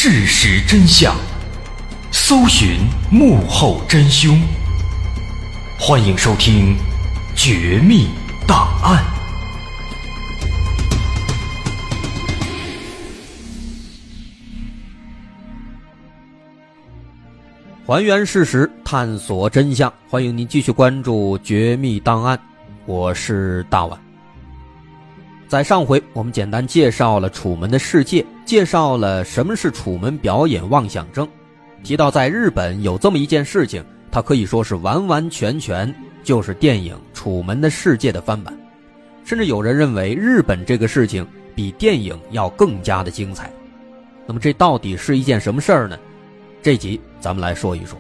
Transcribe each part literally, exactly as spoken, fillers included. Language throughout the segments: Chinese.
事实真相，搜寻幕后真凶。欢迎收听《绝密档案》。 还原事实，探索真相，欢迎您继续关注《绝密档案》，我是大碗。在上回我们简单介绍了楚门的世界，介绍了什么是楚门表演妄想症，提到在日本有这么一件事情，它可以说是完完全全就是电影《楚门的世界》的翻版，甚至有人认为日本这个事情比电影要更加的精彩。那么这到底是一件什么事儿呢？这集咱们来说一说。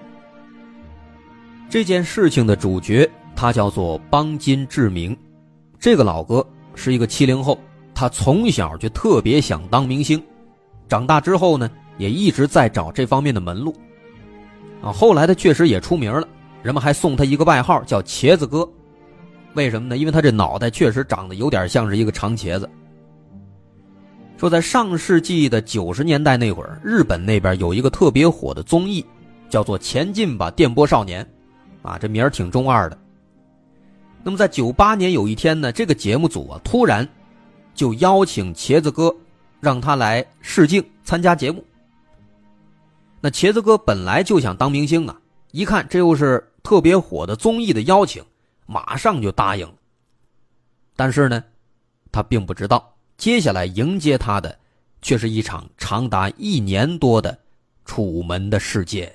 这件事情的主角他叫做邦金志明，这个老哥是一个七零后，他从小就特别想当明星，长大之后呢也一直在找这方面的门路啊。后来他确实也出名了，人们还送他一个外号叫茄子哥。为什么呢？因为他这脑袋确实长得有点像是一个长茄子。说在上世纪的九十年代那会儿，日本那边有一个特别火的综艺，叫做《前进吧电波少年》啊，这名儿挺中二的。那么在九八年有一天呢，这个节目组啊突然就邀请茄子哥让他来试镜参加节目。那茄子哥本来就想当明星啊，一看这又是特别火的综艺的邀请，马上就答应了。但是呢，他并不知道接下来迎接他的却是一场长达一年多的楚门的世界。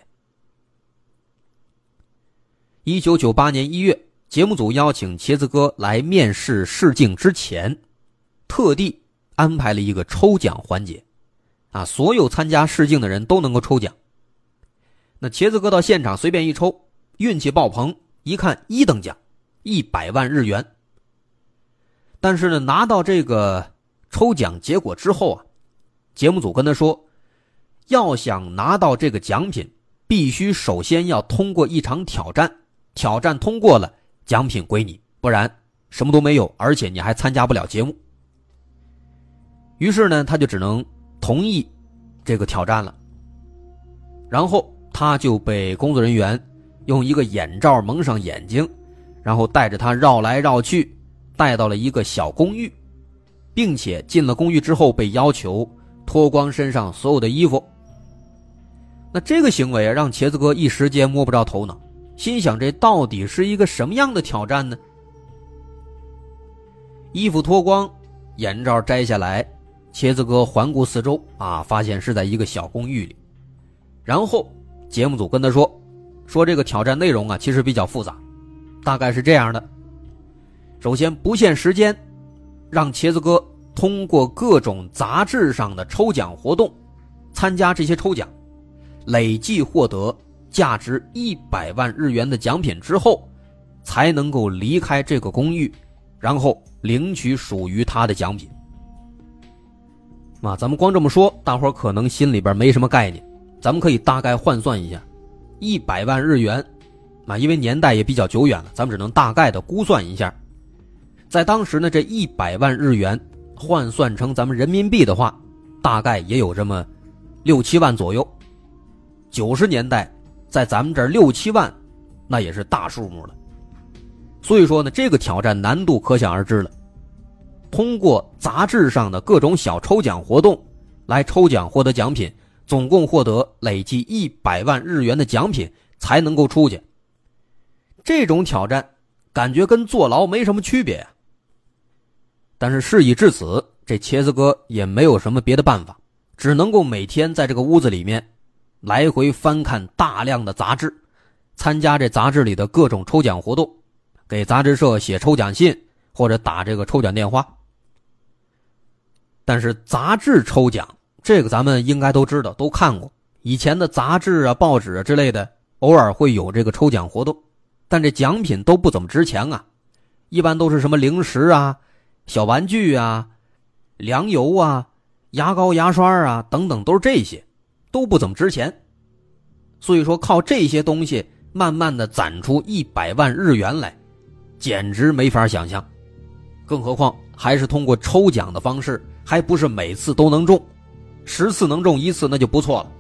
一九九八年一月，节目组邀请茄子哥来面试试镜之前，特地安排了一个抽奖环节啊，所有参加试镜的人都能够抽奖。那茄子哥到现场随便一抽，运气爆棚，一看一等奖一百万日元。但是呢，拿到这个抽奖结果之后啊，节目组跟他说，要想拿到这个奖品，必须首先要通过一场挑战，挑战通过了，奖品归你，不然什么都没有，而且你还参加不了节目。于是呢，他就只能同意这个挑战了。然后他就被工作人员用一个眼罩蒙上眼睛，然后带着他绕来绕去，带到了一个小公寓，并且进了公寓之后被要求脱光身上所有的衣服。那这个行为让茄子哥一时间摸不着头脑，心想这到底是一个什么样的挑战呢？衣服脱光，眼罩摘下来，茄子哥环顾四周啊，发现是在一个小公寓里。然后节目组跟他说说这个挑战内容啊其实比较复杂，大概是这样的。首先不限时间，让茄子哥通过各种杂志上的抽奖活动参加这些抽奖，累计获得价值一百万日元的奖品之后，才能够离开这个公寓，然后领取属于他的奖品。啊，咱们光这么说，大伙儿可能心里边没什么概念，咱们可以大概换算一下，一百万日元啊，因为年代也比较久远了，咱们只能大概的估算一下。在当时呢，这一百万日元换算成咱们人民币的话，大概也有这么六七万左右。九十年代在咱们这儿六七万那也是大数目了。所以说呢，这个挑战难度可想而知了。通过杂志上的各种小抽奖活动来抽奖获得奖品，总共获得累计一百万日元的奖品才能够出去。这种挑战感觉跟坐牢没什么区别呀。但是事已至此，这茄子哥也没有什么别的办法，只能够每天在这个屋子里面来回翻看大量的杂志，参加这杂志里的各种抽奖活动，给杂志社写抽奖信或者打这个抽奖电话。但是杂志抽奖这个咱们应该都知道，都看过，以前的杂志啊报纸啊之类的偶尔会有这个抽奖活动，但这奖品都不怎么值钱啊，一般都是什么零食啊、小玩具啊、粮油啊、牙膏牙刷啊等等，都是这些，都不怎么值钱。所以说靠这些东西慢慢的攒出一百万日元来，简直没法想象。更何况还是通过抽奖的方式，还不是每次都能中， 十次能中一次那就不错了。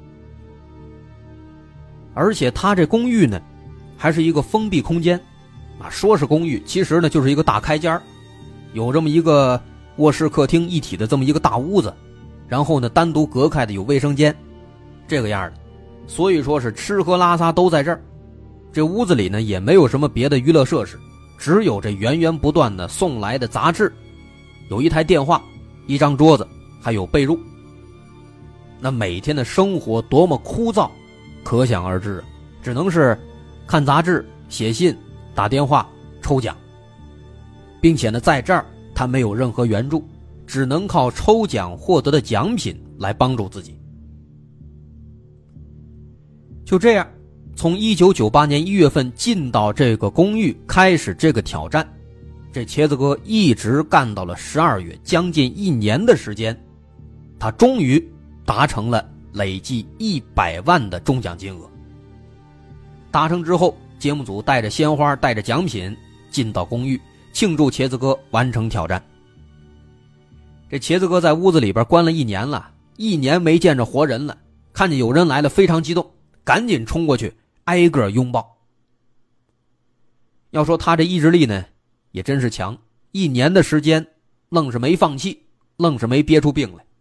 而且他这公寓呢还是一个封闭空间啊，说是公寓，其实呢就是一个大开间，有这么一个卧室客厅一体的这么一个大屋子，然后呢单独隔开的有卫生间，这个样的。所以说是吃喝拉撒都在这儿。这屋子里呢也没有什么别的娱乐设施，只有这源源不断的送来的杂志，有一台电话，一张桌子，还有被褥。那每天的生活多么枯燥，可想而知，只能是看杂志、写信、打电话、抽奖，并且呢在这儿他没有任何援助，只能靠抽奖获得的奖品来帮助自己。就这样，从一九九八年一月份进到这个公寓开始这个挑战，这茄子哥一直干到了十二月，将近一年的时间，他终于达成了累计一百万的中奖金额。达成之后，节目组带着鲜花带着奖品进到公寓，庆祝茄子哥完成挑战。这茄子哥在屋子里边关了一年了，一年没见着活人了，看见有人来了非常激动，赶紧冲过去挨个拥抱。要说他这意志力呢也真是强，一年的时间愣是没放弃，愣是没憋出病来。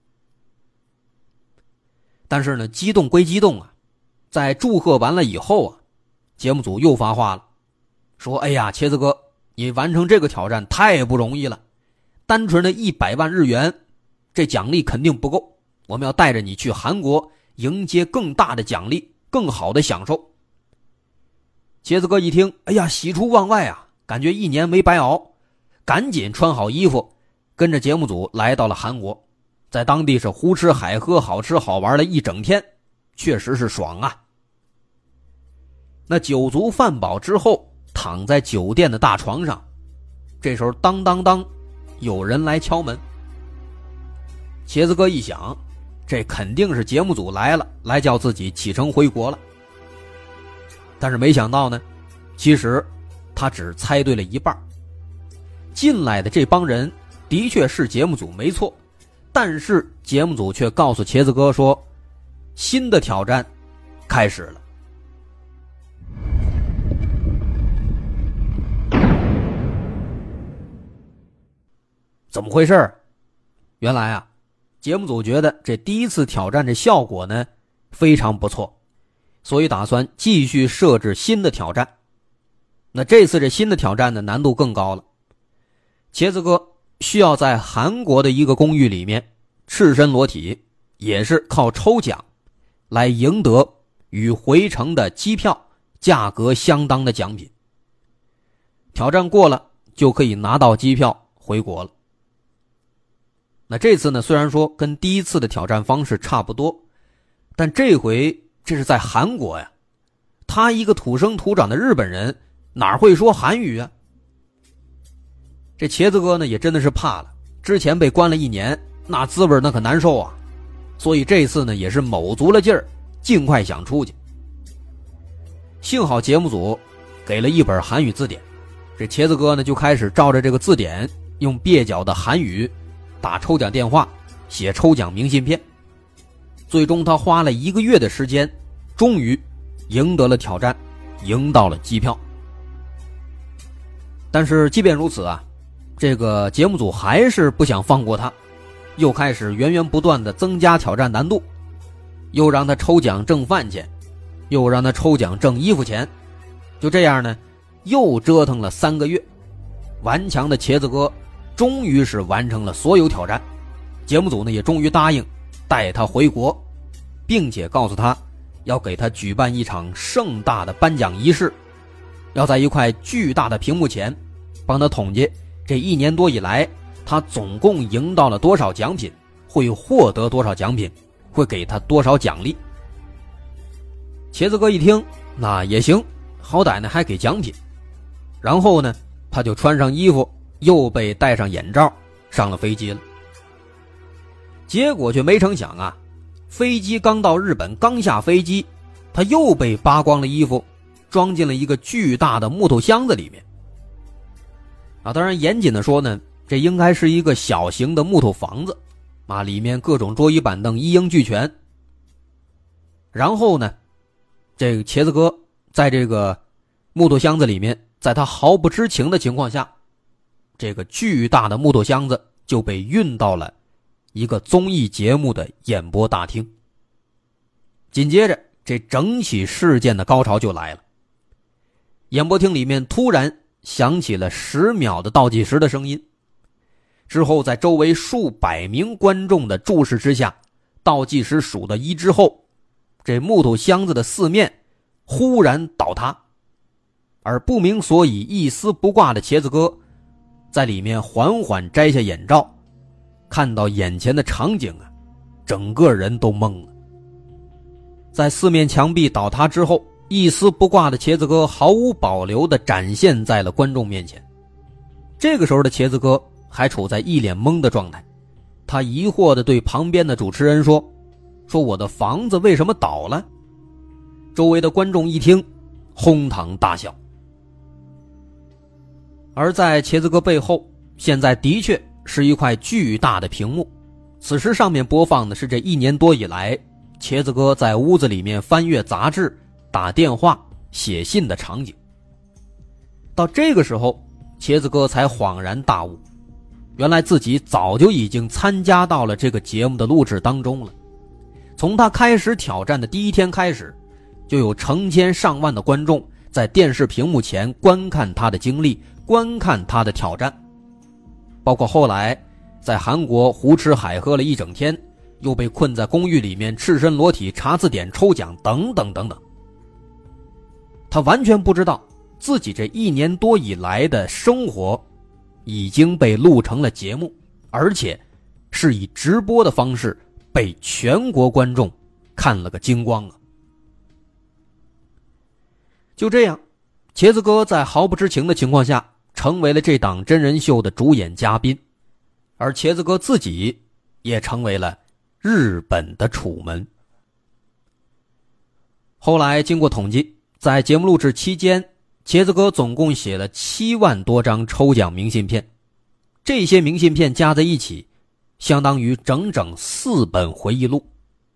但是呢激动归激动啊，在祝贺完了以后啊，节目组又发话了，说哎呀茄子哥，你完成这个挑战太不容易了，单纯的一百万日元这奖励肯定不够，我们要带着你去韩国迎接更大的奖励，更好的享受。茄子哥一听，哎呀喜出望外啊，感觉一年没白熬，赶紧穿好衣服跟着节目组来到了韩国，在当地是胡吃海喝，好吃好玩了一整天，确实是爽啊。那酒足饭饱之后，躺在酒店的大床上，这时候当当当有人来敲门。茄子哥一想，这肯定是节目组来了，来叫自己启程回国了。但是没想到呢，其实他只猜对了一半。进来的这帮人的确是节目组没错，但是节目组却告诉茄子哥说，新的挑战开始了。怎么回事？原来啊，节目组觉得这第一次挑战这效果呢非常不错，所以打算继续设置新的挑战。那这次这新的挑战呢难度更高了，茄子哥需要在韩国的一个公寓里面赤身裸体，也是靠抽奖来赢得与回程的机票价格相当的奖品。挑战过了就可以拿到机票回国了。那这次呢虽然说跟第一次的挑战方式差不多，但这回这是在韩国呀，他一个土生土长的日本人哪会说韩语啊？这茄子哥呢也真的是怕了，之前被关了一年，那滋味那可难受啊，所以这次呢也是卯足了劲儿，尽快想出去。幸好节目组给了一本韩语字典，这茄子哥呢就开始照着这个字典，用蹩脚的韩语打抽奖电话，写抽奖明信片。最终他花了一个月的时间，终于赢得了挑战，赢到了机票。但是即便如此啊，这个节目组还是不想放过他，又开始源源不断的增加挑战难度，又让他抽奖挣饭钱，又让他抽奖挣衣服钱。就这样呢，又折腾了三个月，顽强的茄子哥终于是完成了所有挑战。节目组呢也终于答应带他回国，并且告诉他要给他举办一场盛大的颁奖仪式，要在一块巨大的屏幕前帮他统计这一年多以来他总共赢到了多少奖品，会获得多少奖品，会给他多少奖励。茄子哥一听，那也行，好歹呢还给奖品。然后呢他就穿上衣服，又被戴上眼罩，上了飞机了。结果却没成想啊，飞机刚到日本，刚下飞机，他又被扒光了衣服，装进了一个巨大的木头箱子里面。啊，当然严谨的说呢，这应该是一个小型的木头房子啊，里面各种桌椅板凳一应俱全。然后呢，这个茄子哥在这个木头箱子里面，在他毫不知情的情况下，这个巨大的木头箱子就被运到了一个综艺节目的演播大厅。紧接着，这整起事件的高潮就来了。演播厅里面突然响起了十秒的倒计时的声音，之后在周围数百名观众的注视之下，倒计时数到一之后，这木头箱子的四面忽然倒塌，而不明所以一丝不挂的茄子哥在里面缓缓摘下眼罩，看到眼前的场景啊，整个人都懵了。在四面墙壁倒塌之后，一丝不挂的茄子哥毫无保留地展现在了观众面前。这个时候的茄子哥还处在一脸懵的状态，他疑惑地对旁边的主持人说说我的房子为什么倒了？周围的观众一听，哄堂大笑。而在茄子哥背后，现在的确是一块巨大的屏幕，此时上面播放的是这一年多以来茄子哥在屋子里面翻阅杂志、打电话、写信的场景。到这个时候，茄子哥才恍然大悟，原来自己早就已经参加到了这个节目的录制当中了。从他开始挑战的第一天开始，就有成千上万的观众在电视屏幕前观看他的经历，观看他的挑战。包括后来在韩国胡吃海喝了一整天，又被困在公寓里面赤身裸体查字典抽奖等等等等。他完全不知道自己这一年多以来的生活已经被录成了节目，而且是以直播的方式被全国观众看了个精光啊！就这样，茄子哥在毫不知情的情况下成为了这档真人秀的主演嘉宾，而茄子哥自己也成为了日本的楚门。后来经过统计，在节目录制期间，茄子哥总共写了七万多张抽奖明信片，这些明信片加在一起相当于整整四本回忆录。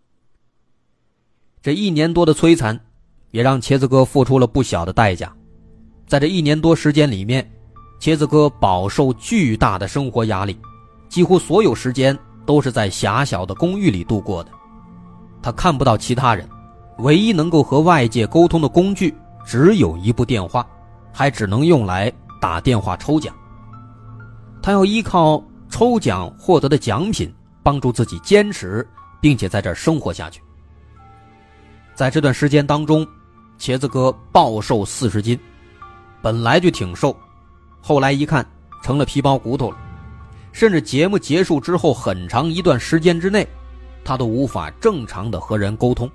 这一年多的摧残也让茄子哥付出了不小的代价。在这一年多时间里面，茄子哥饱受巨大的生活压力，几乎所有时间都是在狭小的公寓里度过的。他看不到其他人，唯一能够和外界沟通的工具只有一部电话，还只能用来打电话抽奖。他要依靠抽奖获得的奖品帮助自己坚持，并且在这儿生活下去。在这段时间当中，茄子哥暴瘦四十斤，本来就挺瘦，后来一看成了皮包骨头了，甚至节目结束之后很长一段时间之内，他都无法正常的和人沟通。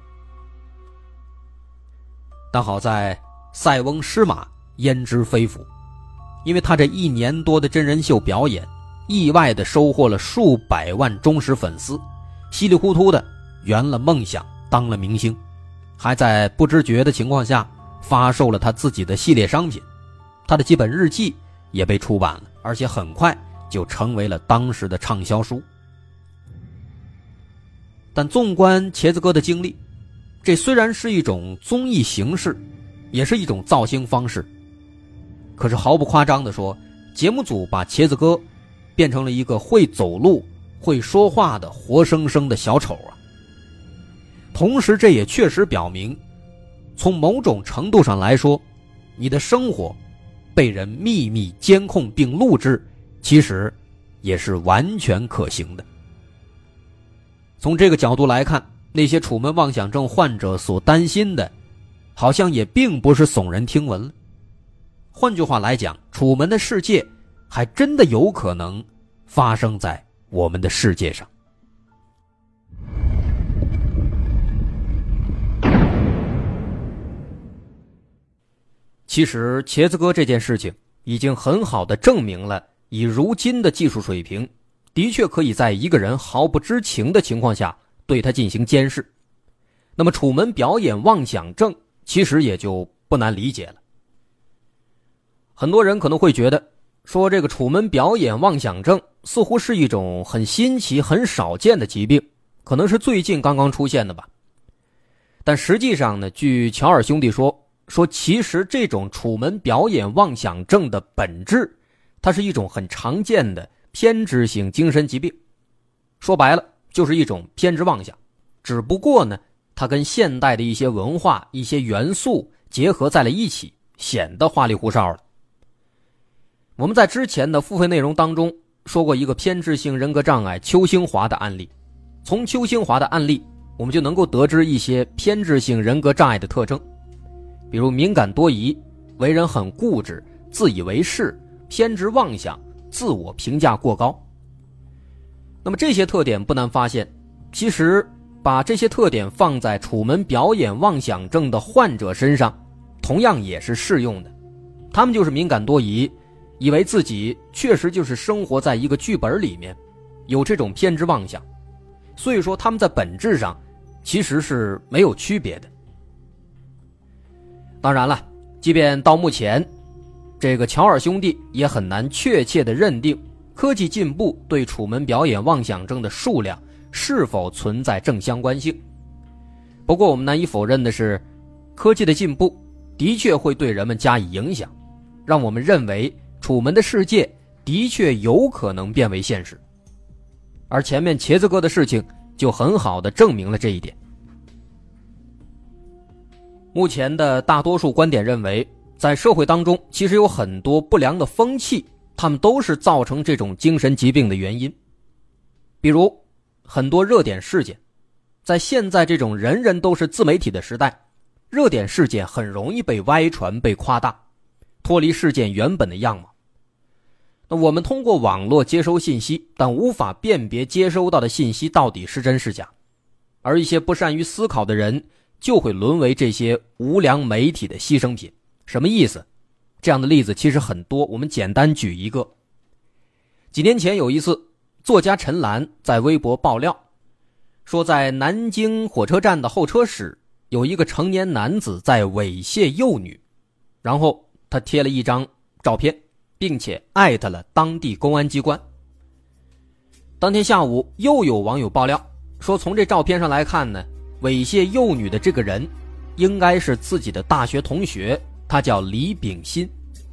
但好在塞翁失马焉知非福，因为他这一年多的真人秀表演意外的收获了数百万忠实粉丝，稀里糊涂的圆了梦想，当了明星，还在不知觉的情况下发售了他自己的系列商品。他的几本日记也被出版了，而且很快就成为了当时的畅销书。但纵观茄子哥的经历，这虽然是一种综艺形式，也是一种造星方式，可是毫不夸张地说，节目组把茄子哥变成了一个会走路、会说话的活生生的小丑啊！同时这也确实表明，从某种程度上来说，你的生活被人秘密监控并录制，其实也是完全可行的。从这个角度来看，那些楚门妄想症患者所担心的好像也并不是耸人听闻了。换句话来讲，楚门的世界还真的有可能发生在我们的世界上。其实茄子哥这件事情已经很好的证明了，以如今的技术水平，的确可以在一个人毫不知情的情况下对他进行监视。那么楚门表演妄想症其实也就不难理解了。很多人可能会觉得说，这个楚门表演妄想症似乎是一种很新奇很少见的疾病，可能是最近刚刚出现的吧。但实际上呢，据乔尔兄弟说说其实这种楚门表演妄想症的本质，它是一种很常见的偏执性精神疾病。说白了就是一种偏执妄想，只不过呢它跟现代的一些文化一些元素结合在了一起，显得花里胡哨了。我们在之前的付费内容当中说过一个偏执性人格障碍邱兴华的案例，从邱兴华的案例我们就能够得知一些偏执性人格障碍的特征，比如敏感多疑，为人很固执，自以为是，偏执妄想，自我评价过高。那么这些特点不难发现，其实把这些特点放在楚门表演妄想症的患者身上同样也是适用的。他们就是敏感多疑，以为自己确实就是生活在一个剧本里面，有这种偏执妄想，所以说他们在本质上其实是没有区别的。当然了，即便到目前，这个乔尔兄弟也很难确切地认定科技进步对楚门表演妄想症的数量是否存在正相关性。不过我们难以否认的是，科技的进步的确会对人们加以影响，让我们认为楚门的世界的确有可能变为现实。而前面茄子哥的事情就很好地证明了这一点。目前的大多数观点认为，在社会当中其实有很多不良的风气，它们都是造成这种精神疾病的原因。比如很多热点事件，在现在这种人人都是自媒体的时代，热点事件很容易被歪传被夸大，脱离事件原本的样貌。那我们通过网络接收信息，但无法辨别接收到的信息到底是真是假，而一些不善于思考的人就会沦为这些无良媒体的牺牲品。什么意思？这样的例子其实很多，我们简单举一个。几年前有一次，作家陈岚在微博爆料，说在南京火车站的候车室有一个成年男子在猥亵幼女，然后他贴了一张照片，并且艾特了当地公安机关。当天下午又有网友爆料说，从这照片上来看呢，猥亵幼女的这个人应该是自己的大学同学，他叫李炳新。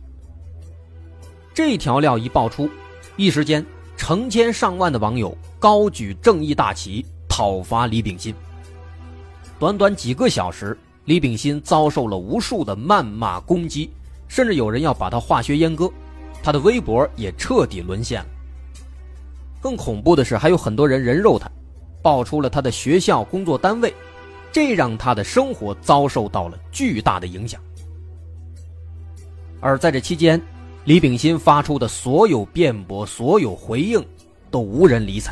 这条料一爆出，一时间成千上万的网友高举正义大旗讨伐李炳新。短短几个小时，李炳新遭受了无数的谩骂攻击，甚至有人要把他化学阉割，他的微博也彻底沦陷了。更恐怖的是，还有很多人人肉他，爆出了他的学校工作单位，这让他的生活遭受到了巨大的影响。而在这期间，李炳新发出的所有辩驳，所有回应都无人理睬。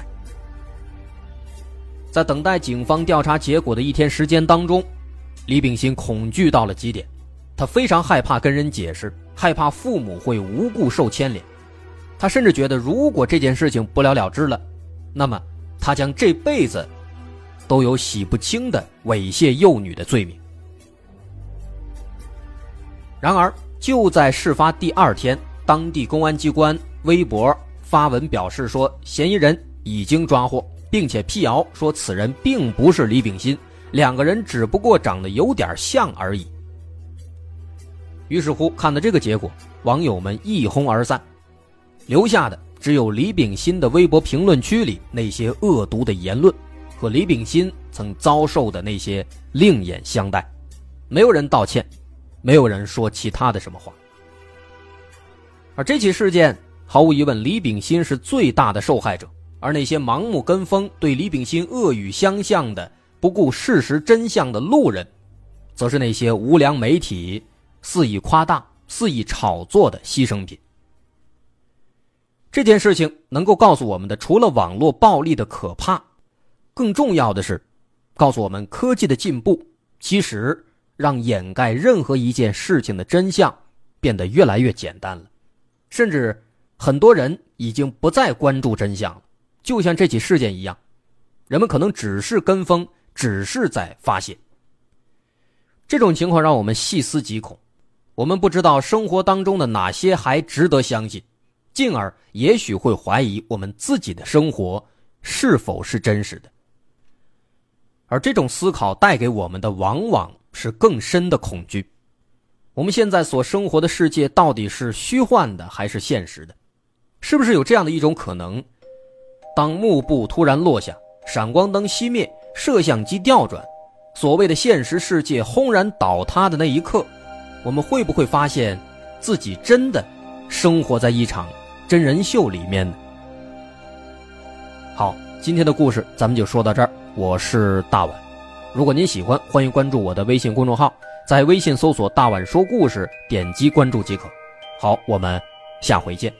在等待警方调查结果的一天时间当中，李炳新恐惧到了极点，他非常害怕跟人解释，害怕父母会无故受牵连。他甚至觉得，如果这件事情不了了之了，那么他将这辈子都有洗不清的猥亵幼女的罪名。然而就在事发第二天，当地公安机关微博发文表示说，嫌疑人已经抓获，并且辟谣说此人并不是李炳新，两个人只不过长得有点像而已。于是乎，看到这个结果，网友们一哄而散，留下的只有李炳新的微博评论区里那些恶毒的言论和李炳新曾遭受的那些另眼相待，没有人道歉，没有人说其他的什么话。而这起事件毫无疑问，李炳新是最大的受害者，而那些盲目跟风对李炳新恶语相向的不顾事实真相的路人，则是那些无良媒体肆意夸大肆意炒作的牺牲品。这件事情能够告诉我们的，除了网络暴力的可怕，更重要的是告诉我们，科技的进步其实让掩盖任何一件事情的真相变得越来越简单了，甚至很多人已经不再关注真相了。就像这起事件一样，人们可能只是跟风，只是在发泄。这种情况让我们细思极恐，我们不知道生活当中的哪些还值得相信， 进而也许会怀疑我们自己的生活是否是真实的。而这种思考带给我们的往往是更深的恐惧。我们现在所生活的世界到底是虚幻的还是现实的？是不是有这样的一种可能，当幕布突然落下，闪光灯熄灭，摄像机调转，所谓的现实世界轰然倒塌的那一刻，我们会不会发现自己真的生活在一场真人秀里面呢？好，今天的故事咱们就说到这儿，我是大碗。如果您喜欢，欢迎关注我的微信公众号，在微信搜索大碗说故事，点击关注即可。好，我们下回见。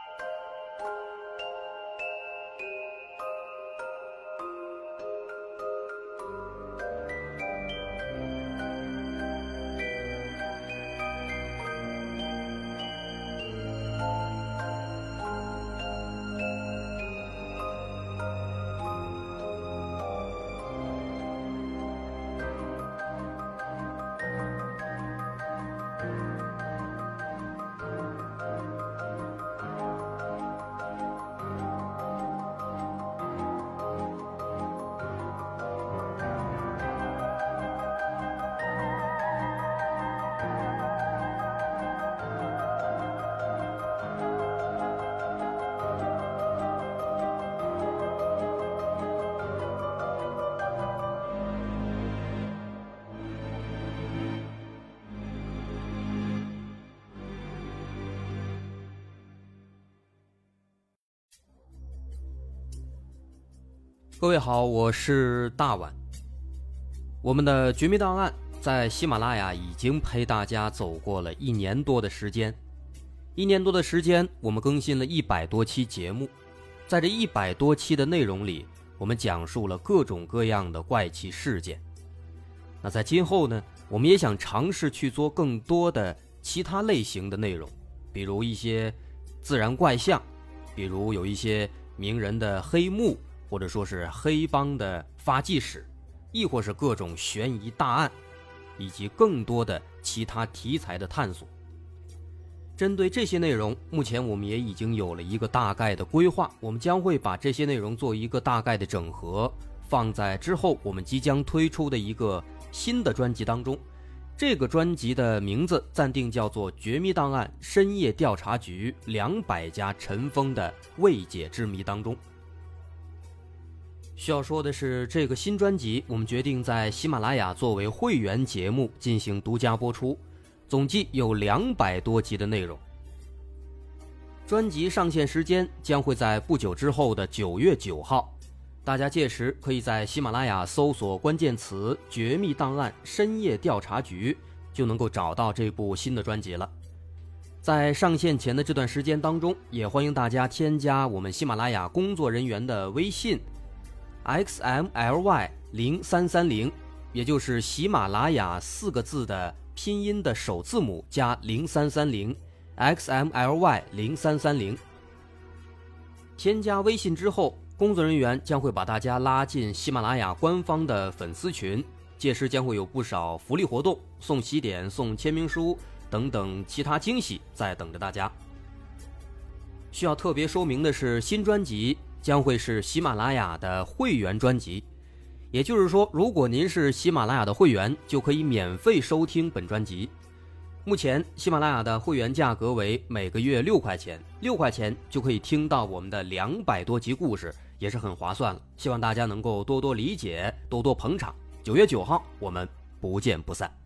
各位好，我是大碗。我们的绝密档案在喜马拉雅已经陪大家走过了一年多的时间，一年多的时间，我们更新了一百多期节目。在这一百多期的内容里，我们讲述了各种各样的怪奇事件。那在今后呢，我们也想尝试去做更多的其他类型的内容，比如一些自然怪象，比如有一些名人的黑幕，或者说是黑帮的发迹史，亦或是各种悬疑大案，以及更多的其他题材的探索。针对这些内容，目前我们也已经有了一个大概的规划，我们将会把这些内容做一个大概的整合，放在之后我们即将推出的一个新的专辑当中。这个专辑的名字暂定叫做《绝密档案深夜调查局两百家尘封的未解之谜》当中。需要说的是，这个新专辑我们决定在喜马拉雅作为会员节目进行独家播出，总计有两百多集的内容。专辑上线时间将会在不久之后的九月九号，大家届时可以在喜马拉雅搜索关键词“绝密档案深夜调查局”，就能够找到这部新的专辑了。在上线前的这段时间当中，也欢迎大家添加我们喜马拉雅工作人员的微信X M L Y 零三三零，也就是喜马拉雅四个字的拼音的首字母加零三三零 X M L Y 零三三零。添加微信之后，工作人员将会把大家拉进喜马拉雅官方的粉丝群，届时将会有不少福利活动，送喜点、送签名书等等其他惊喜在等着大家。需要特别说明的是，新专辑将会是喜马拉雅的会员专辑，也就是说，如果您是喜马拉雅的会员，就可以免费收听本专辑。目前喜马拉雅的会员价格为每个月六块钱，六块钱就可以听到我们的两百多集故事，也是很划算了。希望大家能够多多理解，多多捧场。九月九号，我们不见不散。